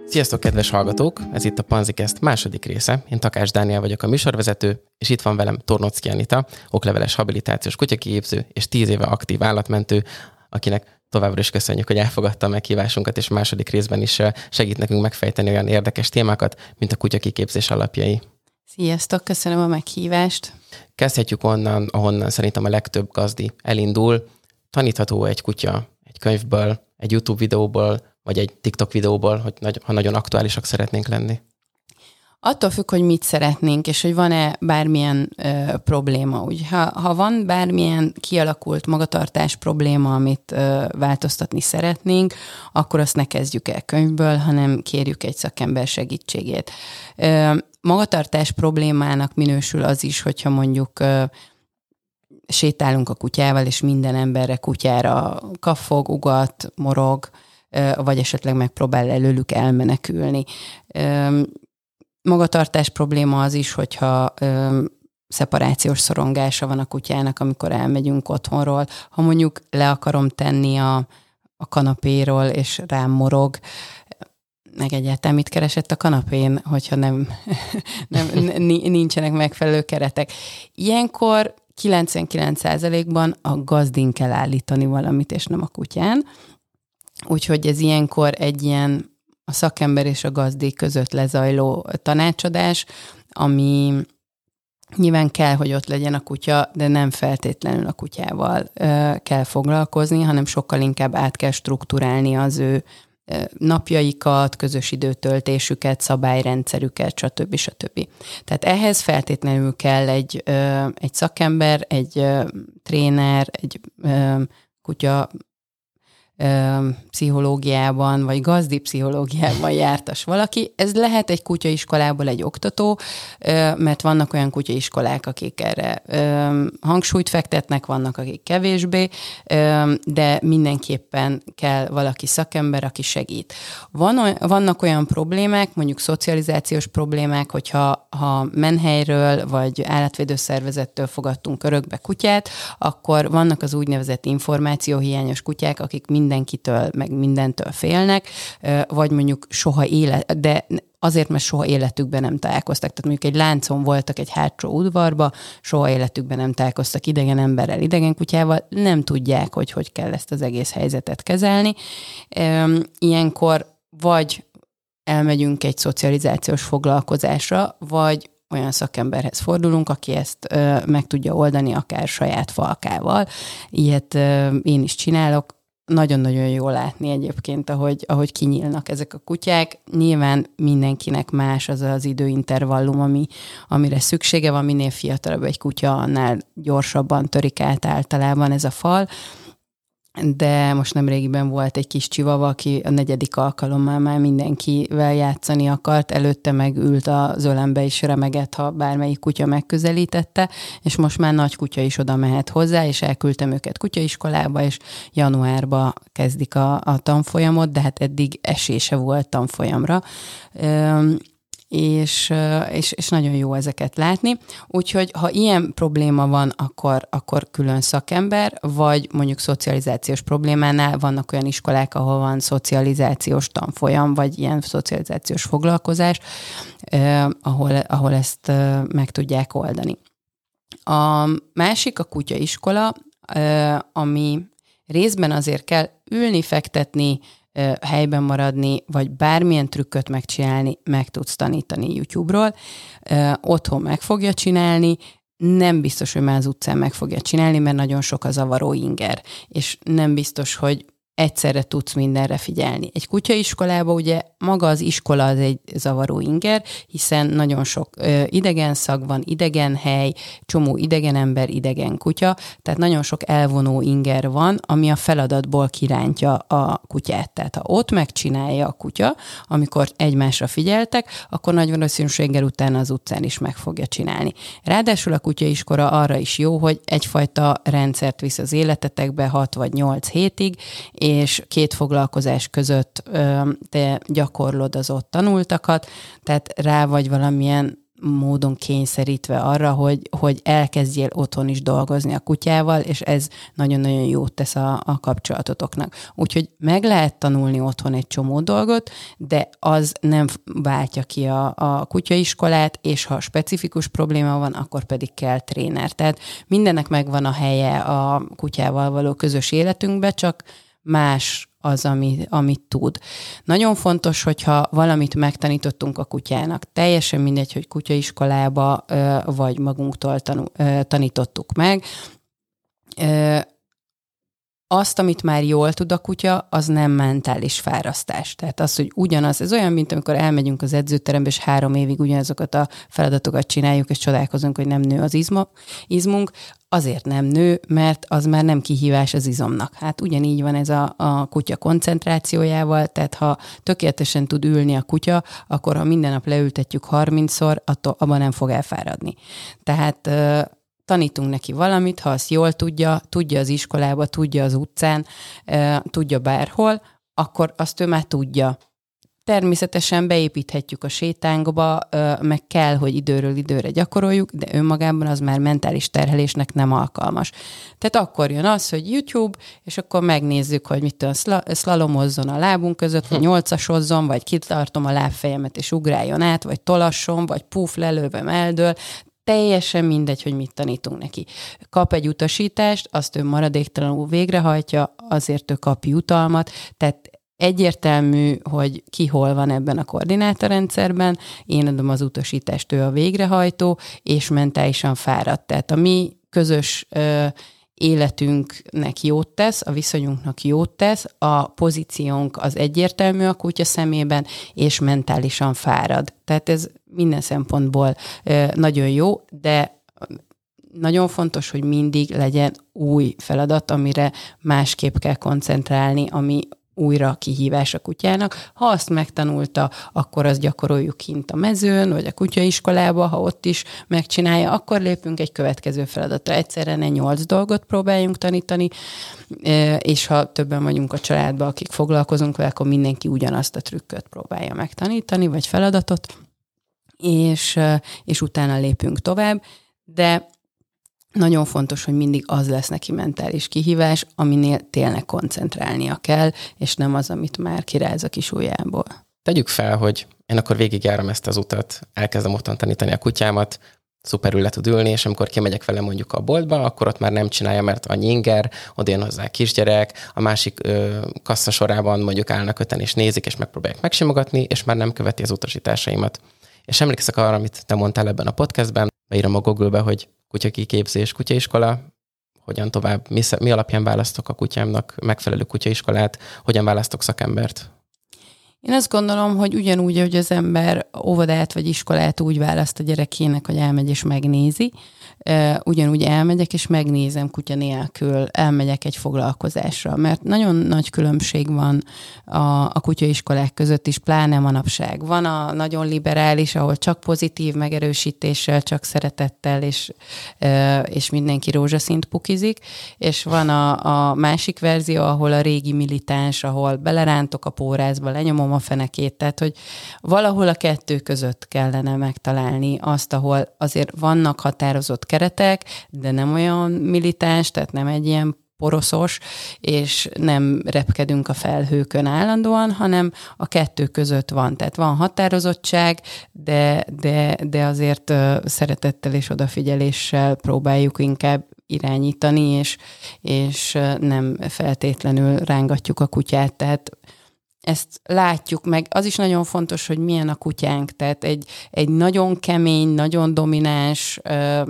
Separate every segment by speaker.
Speaker 1: Sziasztok, kedves hallgatók! Ez itt a Panzikest második része. Én Takács Dániel vagyok, a műsorvezető, és itt van velem Tornocki Anita, okleveles habilitációs kutyakiképző és 10 éve aktív állatmentő, akinek továbbra is köszönjük, hogy elfogadta a meghívásunkat, és második részben is segít nekünk megfejteni olyan érdekes témákat, mint a kutyakiképzés alapjai.
Speaker 2: Sziasztok, köszönöm a meghívást!
Speaker 1: Kezdhetjük onnan, ahonnan szerintem a legtöbb gazdi elindul. Tanítható egy kutya egy könyvből, egy YouTube videóból, vagy egy TikTok videóból, ha nagyon aktuálisak szeretnénk lenni?
Speaker 2: Attól függ, hogy mit szeretnénk, és hogy van-e bármilyen probléma. Úgy, ha van bármilyen kialakult magatartás probléma, amit változtatni szeretnénk, akkor azt ne kezdjük el könyvből, hanem kérjük egy szakember segítségét. Magatartás problémának minősül az is, hogyha mondjuk sétálunk a kutyával, és minden emberre, kutyára kaffog, ugat, morog, vagy esetleg megpróbál előlük elmenekülni. Magatartás probléma az is, hogyha szeparációs szorongása van a kutyának, amikor elmegyünk otthonról. Ha mondjuk le akarom tenni a kanapéról, és rám morog, meg egyáltalán mit keresett a kanapén, hogyha nincsenek megfelelő keretek. Ilyenkor 99%-ban a gazdin kell állítani valamit, és nem a kutyán. Úgyhogy ez ilyenkor egy ilyen a szakember és a gazdi között lezajló tanácsadás, ami nyilván kell, hogy ott legyen a kutya, de nem feltétlenül a kutyával kell foglalkozni, hanem sokkal inkább át kell strukturálni az ő napjaikat, közös időtöltésüket, szabályrendszerüket, stb. Tehát ehhez feltétlenül kell egy szakember, egy tréner, egy kutya pszichológiában, vagy gazdi pszichológiában jártas valaki. Ez lehet egy kutyaiskolából egy oktató, mert vannak olyan kutyaiskolák, akik erre hangsúlyt fektetnek, vannak, akik kevésbé, de mindenképpen kell valaki szakember, aki segít. Vannak olyan problémák, mondjuk szocializációs problémák, hogyha menhelyről, vagy állatvédőszervezettől fogadtunk örökbe kutyát, akkor vannak az úgynevezett információhiányos kutyák, akik mindenkitől, meg mindentől félnek, vagy mondjuk de azért, mert soha életükben nem találkoztak. Tehát mondjuk egy láncon voltak egy hátsó udvarba, soha életükben nem találkoztak idegen emberrel, idegen kutyával, nem tudják, hogy kell ezt az egész helyzetet kezelni. Ilyenkor vagy elmegyünk egy szocializációs foglalkozásra, vagy olyan szakemberhez fordulunk, aki ezt meg tudja oldani akár saját falkával. Ilyet én is csinálok. Nagyon-nagyon jól látni egyébként, ahogy kinyílnak ezek a kutyák. Nyilván mindenkinek más az az időintervallum, amire szüksége van. Minél fiatalabb egy kutya, annál gyorsabban törik át általában ez a fal. De most nemrégiben volt egy kis csivava, aki a 4. alkalommal már mindenkivel játszani akart, előtte meg ült az ölembe és remegett, ha bármelyik kutya megközelítette, és most már nagy kutya is oda mehet hozzá, és elküldtem őket kutyaiskolába, és januárba kezdik a tanfolyamot, de hát eddig esése volt tanfolyamra. És nagyon jó ezeket látni. Úgyhogy, ha ilyen probléma van, akkor külön szakember, vagy mondjuk szocializációs problémánál vannak olyan iskolák, ahol van szocializációs tanfolyam, vagy ilyen szocializációs foglalkozás, ahol ezt meg tudják oldani. A másik a kutyaiskola, ami részben azért kell ülni, fektetni, helyben maradni, vagy bármilyen trükköt megcsinálni, meg tudsz tanítani YouTube-ról. Otthon meg fogja csinálni, nem biztos, hogy már az utcán meg fogja csinálni, mert nagyon sok a zavaró inger, és nem biztos, hogy egyszerre tudsz mindenre figyelni. Egy kutyaiskolában ugye maga az iskola az egy zavaró inger, hiszen nagyon sok idegen szag van, idegen hely, csomó idegen ember, idegen kutya, tehát nagyon sok elvonó inger van, ami a feladatból kirántja a kutyát. Tehát ha ott megcsinálja a kutya, amikor egymásra figyeltek, akkor nagy valószínűséggel utána az utcán is meg fogja csinálni. Ráadásul a kutyaiskola arra is jó, hogy egyfajta rendszert visz az életetekbe 6 vagy 8 hétig, és 2 foglalkozás között te gyakorlod az ott tanultakat, tehát rá vagy valamilyen módon kényszerítve arra, hogy elkezdjél otthon is dolgozni a kutyával, és ez nagyon-nagyon jót tesz a kapcsolatotoknak. Úgyhogy meg lehet tanulni otthon egy csomó dolgot, de az nem váltja ki a kutyaiskolát, és ha specifikus probléma van, akkor pedig kell tréner. Tehát mindennek megvan a helye a kutyával való közös életünkbe, csak más az, amit tud. Nagyon fontos, hogyha valamit megtanítottunk a kutyának, teljesen mindegy, hogy kutyaiskolába vagy magunktól tanítottuk meg, azt, amit már jól tud a kutya, az nem mentális fárasztás. Tehát az, hogy ugyanaz, ez olyan, mint amikor elmegyünk az edzőterembe, és 3 évig ugyanazokat a feladatokat csináljuk, és csodálkozunk, hogy nem nő az izmunk. Azért nem nő, mert az már nem kihívás az izomnak. Hát ugyanígy van ez a kutya koncentrációjával, tehát ha tökéletesen tud ülni a kutya, akkor ha minden nap leültetjük 30-szor, abban nem fog elfáradni. Tehát tanítunk neki valamit, ha azt jól tudja az iskolába, tudja az utcán, tudja bárhol, akkor azt ő már tudja. Természetesen beépíthetjük a sétánkba, meg kell, hogy időről időre gyakoroljuk, de önmagában az már mentális terhelésnek nem alkalmas. Tehát akkor jön az, hogy YouTube, és akkor megnézzük, hogy mit szlalomozzon a lábunk között, vagy 8-asozzon, vagy kitartom a lábfejemet, és ugráljon át, vagy tolasson, vagy puf, lelővem, eldől. Teljesen mindegy, hogy mit tanítunk neki. Kap egy utasítást, azt ő maradéktalanul végrehajtja, azért ő kap jutalmat, tehát egyértelmű, hogy ki hol van ebben a koordinátorrendszerben, én adom az utasítást, ő a végrehajtó, és mentálisan fáradt. Tehát a mi közös életünknek jót tesz, a viszonyunknak jót tesz, a pozíciónk az egyértelmű a kutya szemében, és mentálisan fárad. Tehát ez minden szempontból nagyon jó, de nagyon fontos, hogy mindig legyen új feladat, amire másképp kell koncentrálni, ami újra kihívás a kutyának. Ha azt megtanulta, akkor azt gyakoroljuk kint a mezőn, vagy a kutyaiskolába, ha ott is megcsinálja, akkor lépünk egy következő feladatra. Egyszerre ne 8 dolgot próbáljunk tanítani, és ha többen vagyunk a családban, akik foglalkozunk vele, akkor mindenki ugyanazt a trükköt próbálja megtanítani, vagy feladatot, és utána lépünk tovább. De nagyon fontos, hogy mindig az lesz neki mentális kihívás, aminél tényleg koncentrálnia kell, és nem az, amit már kiráz a kis ujjából.
Speaker 1: Tegyük fel, hogy én akkor végigjárom ezt az utat, elkezdem otthon tanítani a kutyámat, szuperül le tud ülni, és amikor kimegyek vele mondjuk a boltba, akkor ott már nem csinálja, mert annyi inger, oda jön hozzá kisgyerek, a másik kassa sorában mondjuk állnak 5-en és nézik, és megpróbálják megsimogatni, és már nem követi az utasításaimat. És emlékszek arra, amit te mondtál ebben a podcastben, beírom a Google-be, hogy kutyakiképzés, kutyaiskola, hogyan tovább, mi alapján választok a kutyámnak megfelelő kutyaiskolát, hogyan választok szakembert?
Speaker 2: Én azt gondolom, hogy ugyanúgy, hogy az ember óvodát vagy iskolát úgy választ a gyerekének, hogy elmegy és megnézi, ugyanúgy elmegyek és megnézem kutya nélkül, elmegyek egy foglalkozásra, mert nagyon nagy különbség van a kutyaiskolák között is, pláne manapság. Van a nagyon liberális, ahol csak pozitív megerősítéssel, csak szeretettel, és mindenki rózsaszínt pukizik, és van a másik verzió, ahol a régi militáns, ahol belerántok a pórázba, lenyomom a fenekét, tehát hogy valahol a kettő között kellene megtalálni azt, ahol azért vannak határozott keretek, de nem olyan militáns, tehát nem egy ilyen poroszos, és nem repkedünk a felhőkön állandóan, hanem a kettő között van. Tehát van határozottság, de azért szeretettel és odafigyeléssel próbáljuk inkább irányítani, és nem feltétlenül rángatjuk a kutyát. Tehát ezt látjuk meg. Az is nagyon fontos, hogy milyen a kutyánk. Tehát egy nagyon kemény, nagyon domináns,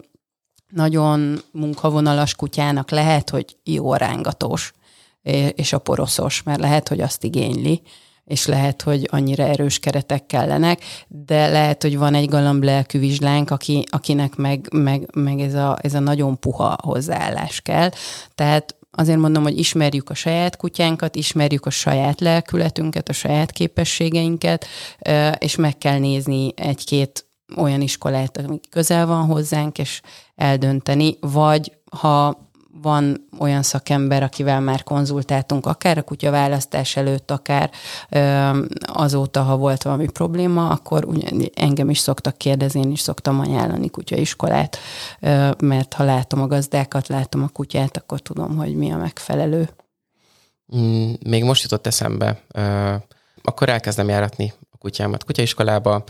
Speaker 2: nagyon munkavonalas kutyának lehet, hogy jó rángatós, és a poroszos, mert lehet, hogy azt igényli, és lehet, hogy annyira erős keretek kellenek, de lehet, hogy van egy galamblelkű vizslánk, akinek meg ez a nagyon puha hozzáállás kell. Tehát azért mondom, hogy ismerjük a saját kutyánkat, ismerjük a saját lelkületünket, a saját képességeinket, és meg kell nézni egy-két olyan iskolát, ami közel van hozzánk, és eldönteni, vagy ha van olyan szakember, akivel már konzultáltunk, akár a kutyaválasztás előtt, akár azóta, ha volt valami probléma, akkor engem is szoktak kérdezni, én is szoktam ajánlani kutyaiskolát, mert ha látom a gazdákat, látom a kutyát, akkor tudom, hogy mi a megfelelő.
Speaker 1: Még most jutott eszembe, akkor elkezdem járatni a kutyámat kutyaiskolába,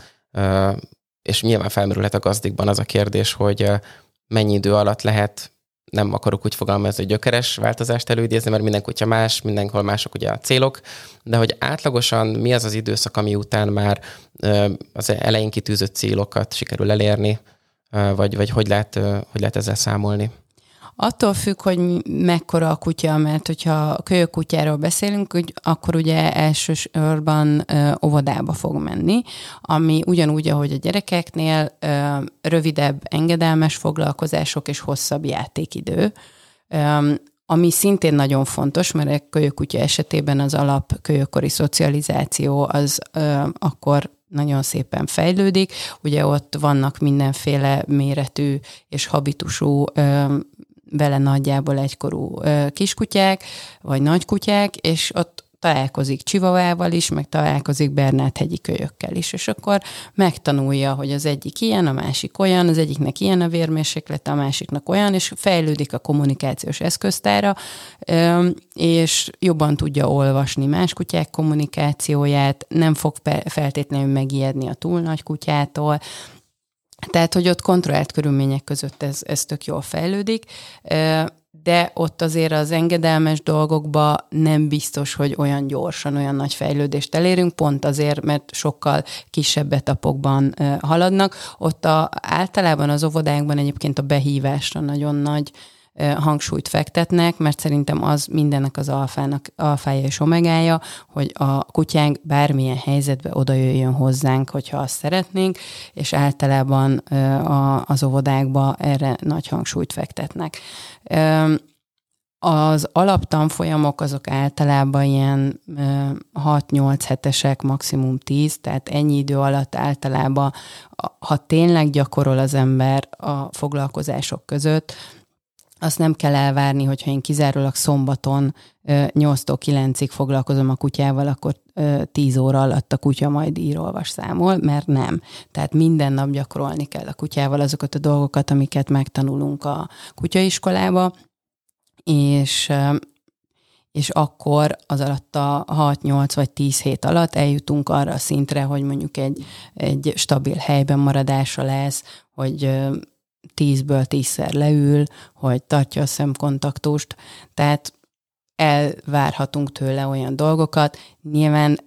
Speaker 1: és nyilván felmerülhet a gazdikban az a kérdés, hogy mennyi idő alatt lehet, nem akarok úgy fogalmazni, hogy gyökeres változást előidézni, mert minden kutya más, mindenhol mások ugye a célok, de hogy átlagosan mi az az időszak, ami után már az elején kitűzött célokat sikerül elérni, vagy hogy lehet ezzel számolni?
Speaker 2: Attól függ, hogy mekkora a kutya, mert hogyha kölyökkutyáról beszélünk, akkor ugye elsősorban óvodába fog menni, ami ugyanúgy, ahogy a gyerekeknél rövidebb engedelmes foglalkozások és hosszabb játékidő, ami szintén nagyon fontos, mert a kölyökkutya esetében az alap kölyökkori szocializáció az akkor nagyon szépen fejlődik. Ugye ott vannak mindenféle méretű és habitusú vele nagyjából egykorú kiskutyák, vagy nagykutyák, és ott találkozik csivavával is, meg találkozik bernát-hegyi kölyökkel is, és akkor megtanulja, hogy az egyik ilyen, a másik olyan, az egyiknek ilyen a vérmérséklete, a másiknak olyan, és fejlődik a kommunikációs eszköztára, és jobban tudja olvasni más kutyák kommunikációját, nem fog feltétlenül megijedni a túl nagy kutyától. Tehát, hogy ott kontrollált körülmények között ez tök jól fejlődik, de ott azért az engedelmes dolgokba nem biztos, hogy olyan gyorsan, olyan nagy fejlődést elérünk, pont azért, mert sokkal kisebb etapokban haladnak. Ott általában az óvodákban egyébként a behívásra nagyon nagy hangsúlyt fektetnek, mert szerintem az mindennek az alfája és omegája, hogy a kutyánk bármilyen helyzetbe oda jöjjön hozzánk, hogyha azt szeretnénk, és általában az óvodákba erre nagy hangsúlyt fektetnek. Az alaptanfolyamok azok általában ilyen 6-8 hetesek, maximum 10, tehát ennyi idő alatt általában, ha tényleg gyakorol az ember a foglalkozások között, azt nem kell elvárni, hogyha én kizárólag szombaton 8-tól 9-ig foglalkozom a kutyával, akkor 10 óra alatt a kutya majd ír-olvas számol, mert nem. Tehát minden nap gyakorolni kell a kutyával azokat a dolgokat, amiket megtanulunk a kutyaiskolába, és akkor az alatt a 6-8 vagy 10 hét alatt eljutunk arra a szintre, hogy mondjuk egy stabil helyben maradása lesz, hogy 10-ből 10-szer leül, hogy tartja a szemkontaktust, tehát elvárhatunk tőle olyan dolgokat. Nyilván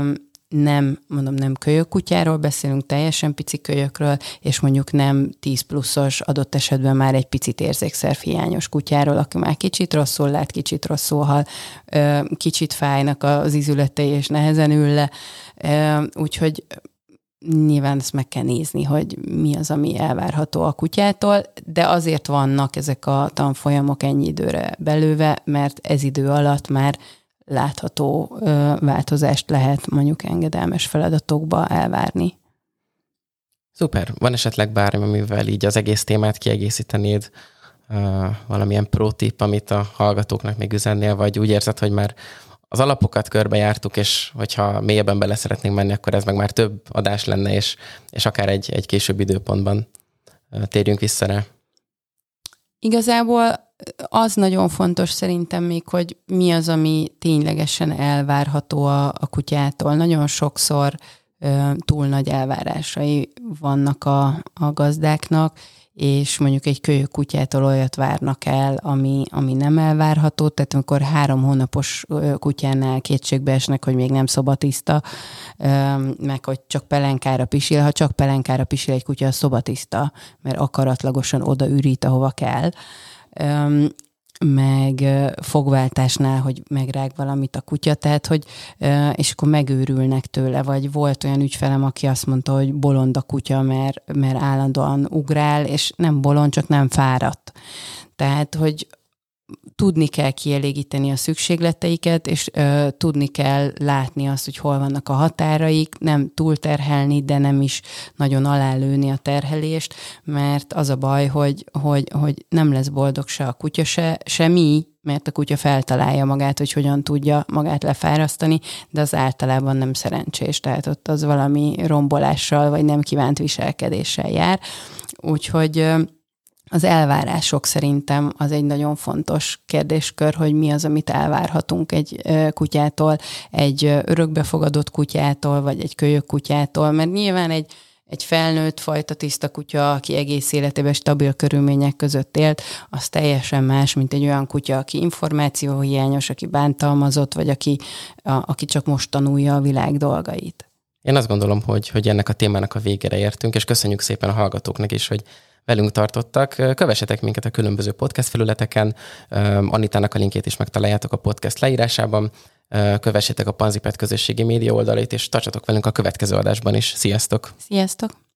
Speaker 2: nem kölyökkutyáról beszélünk, teljesen pici kölyökről, és mondjuk nem 10 pluszos, adott esetben már egy picit érzékszervhiányos kutyáról, aki már kicsit rosszul lát, kicsit rosszul hal, kicsit fájnak az izületei, és nehezen ül le. Úgyhogy nyilván ezt meg kell nézni, hogy mi az, ami elvárható a kutyától, de azért vannak ezek a tanfolyamok ennyi időre belőve, mert ez idő alatt már látható változást lehet mondjuk engedelmes feladatokba elvárni.
Speaker 1: Szuper. Van esetleg bármi, amivel így az egész témát kiegészítenéd, valamilyen pro-tip, amit a hallgatóknak még üzennél, vagy úgy érzed, hogy már az alapokat körbejártuk, és hogyha mélyebben bele szeretnénk menni, akkor ez meg már több adás lenne, és akár egy később időpontban térjünk vissza rá. Igazából az nagyon fontos szerintem még, hogy mi az, ami ténylegesen elvárható a kutyától. Nagyon sokszor túl nagy elvárásai vannak a gazdáknak, és mondjuk egy kölyökkutyától olyat várnak el, ami nem elvárható, tehát amikor 3 hónapos kutyánál kétségbe esnek, hogy még nem szobatiszta, meg hogy csak pelenkára pisil, ha csak pelenkára pisil egy kutya, az szobatiszta, mert akaratlagosan oda ürít, ahova kell. Meg fogváltásnál, hogy megrág valamit a kutya, tehát, hogy és akkor megőrülnek tőle, vagy volt olyan ügyfelem, aki azt mondta, hogy bolond a kutya, mert állandóan ugrál, és nem bolond, csak nem fáradt. Tehát, hogy
Speaker 2: tudni kell kielégíteni a szükségleteiket, és tudni kell látni azt, hogy hol vannak a határaik, nem túlterhelni, de nem is nagyon alálőni a terhelést, mert az a baj, hogy nem lesz boldog se a kutya, se mi, mert a kutya feltalálja magát, hogy hogyan tudja magát lefárasztani, de az általában nem szerencsés, tehát ott az valami rombolással, vagy nem kívánt viselkedéssel jár. Úgyhogy az elvárások szerintem az egy nagyon fontos kérdéskör, hogy mi az, amit elvárhatunk egy kutyától, egy örökbefogadott kutyától, vagy egy kölyök kutyától, mert nyilván egy felnőtt fajta tiszta kutya, aki egész életében stabil körülmények között élt, az teljesen más, mint egy olyan kutya, aki információhiányos, aki bántalmazott, vagy aki csak most tanulja a világ dolgait.
Speaker 1: Én azt gondolom, hogy ennek a témának a végére értünk, és köszönjük szépen a hallgatóknak is, hogy velünk tartottak. Kövessetek minket a különböző podcast felületeken, Anitának a linkjét is megtaláljátok a podcast leírásában, kövessétek a Panzipet közösségi média oldalait, és tartsatok velünk a következő adásban is. Sziasztok!
Speaker 2: Sziasztok!